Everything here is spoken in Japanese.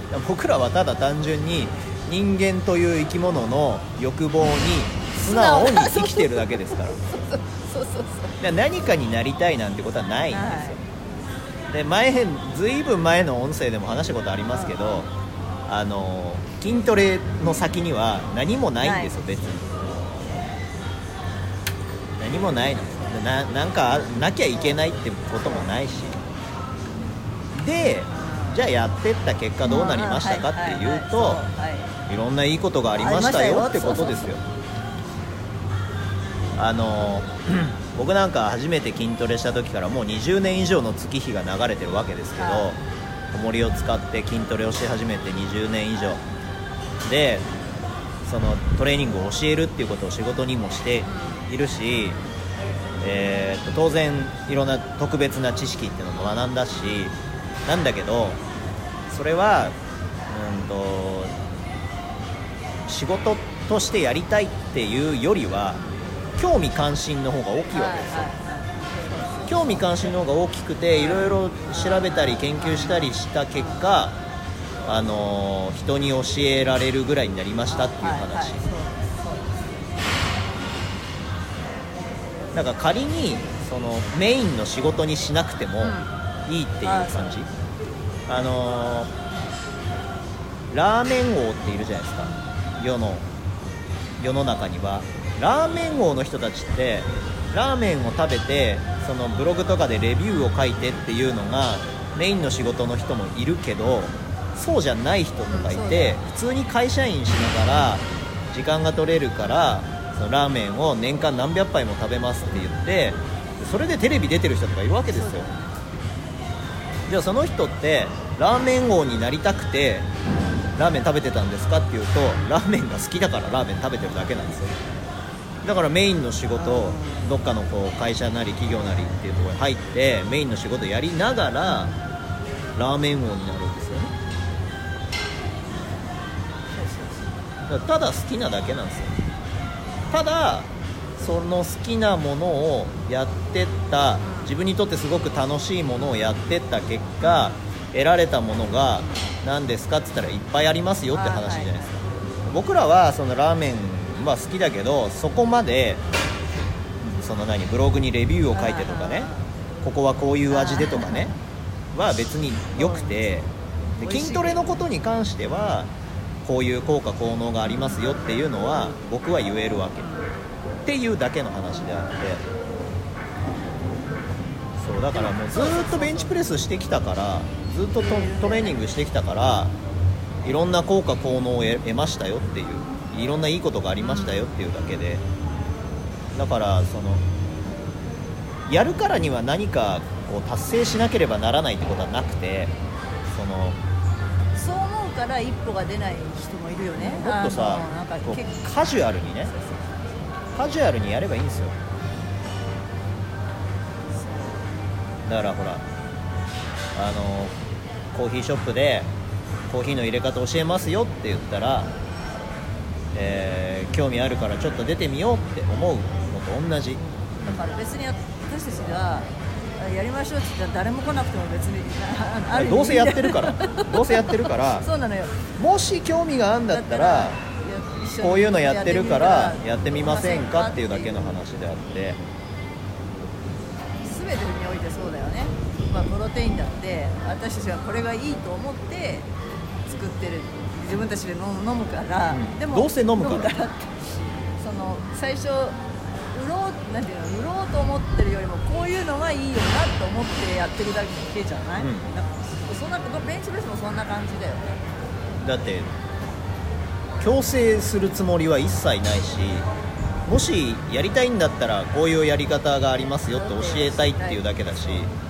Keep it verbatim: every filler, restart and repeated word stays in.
僕らはただ単純に人間という生き物の欲望に素直に生きてるだけですからそうそうそうで何かになりたいなんてことはないんですよ、はい、で前ずいぶん前の音声でも話したことありますけど、あの筋トレの先には何もないんですよ、別に何もないの。な, なんかなきゃいけないってこともないし、でじゃあやってった結果どうなりましたかっていうと、いろんないいことがありましたよってことですよ。あの僕なんか初めて筋トレした時からもうにじゅうねん以上の月日が流れてるわけですけど、重りを使って筋トレをし始めてにじゅうねん以上で、そのトレーニングを教えるっていうことを仕事にもしているし、えー、と当然いろんな特別な知識っていうのも学んだしなんだけど、それは、うんと、仕事としてやりたいっていうよりは興味関心の方が大きいわけですよ。興味関心の方が大きくていろいろ調べたり研究したりした結果、あのー、人に教えられるぐらいになりましたっていう話。だから仮にそのメインの仕事にしなくてもいいっていう感じ、うん、あのー、ラーメン王っているじゃないですか。世の世の中にはラーメン王の人たちってラーメンを食べてそのブログとかでレビューを書いてっていうのがメインの仕事の人もいるけど、そうじゃない人とかいて、普通に会社員しながら時間が取れるからそのラーメンを年間何百杯も食べますって言って、それでテレビ出てる人とかいるわけですよ。じゃあその人ってラーメン王になりたくてラーメン食べてたんですかっていうと、ラーメンが好きだからラーメン食べてるだけなんですよ。だからメインの仕事、どっかのこう会社なり企業なりっていうところに入ってメインの仕事やりながらラーメン王になるんですよね。だからただ好きなだけなんですよ。ただその好きなものをやってった、自分にとってすごく楽しいものをやってった結果得られたものが何ですかって言ったらいっぱいありますよって話じゃないですか。僕らはそのラーメンは好きだけど、そこまでその何ブログにレビューを書いてとかね、ここはこういう味でとかねは別に良くて、で筋トレのことに関してはこういう効果効能がありますよっていうのは僕は言えるわけっていうだけの話であって、そうだからもうずっとベンチプレスしてきたから、ずっと ト, トレーニングしてきたから、いろんな効果効能を得ましたよっていう、いろんないいことがありましたよっていうだけで、だからそのやるからには何かこう達成しなければならないってことはなくて、そのそう思うから一歩が出ない人もいるよね。 もっとさ、 なんかこうカジュアルにね、カジュアルにやればいいんですよ。だからほら、あのコーヒーショップでコーヒーの入れ方教えますよって言ったら、えー、興味あるからちょっと出てみようって思うのと同じ。 だから別に私たちがやりましょうって言ったら誰も来なくても別にあるどうせやってるからどうせやってるからそうなのよ。 もし興味があるんだったらこういうのやってるからやってみませんかっていうだけの話であって、 全てにおいてそうだよね。まあ、プロテインだって私たちはこれがいいと思って作ってる、自分たちで飲む、飲むから、うん、でもどうせ飲むから、 飲むからってその最初売ろう、なんていうの、売ろうと思ってるよりもこういうのがいいよなと思ってやってるだけじゃない、うん、なんかそんなベンチプレスもそんな感じだよね。 だって強制するつもりは一切ないし、もしやりたいんだったらこういうやり方がありますよって教えたいっていうだけだし、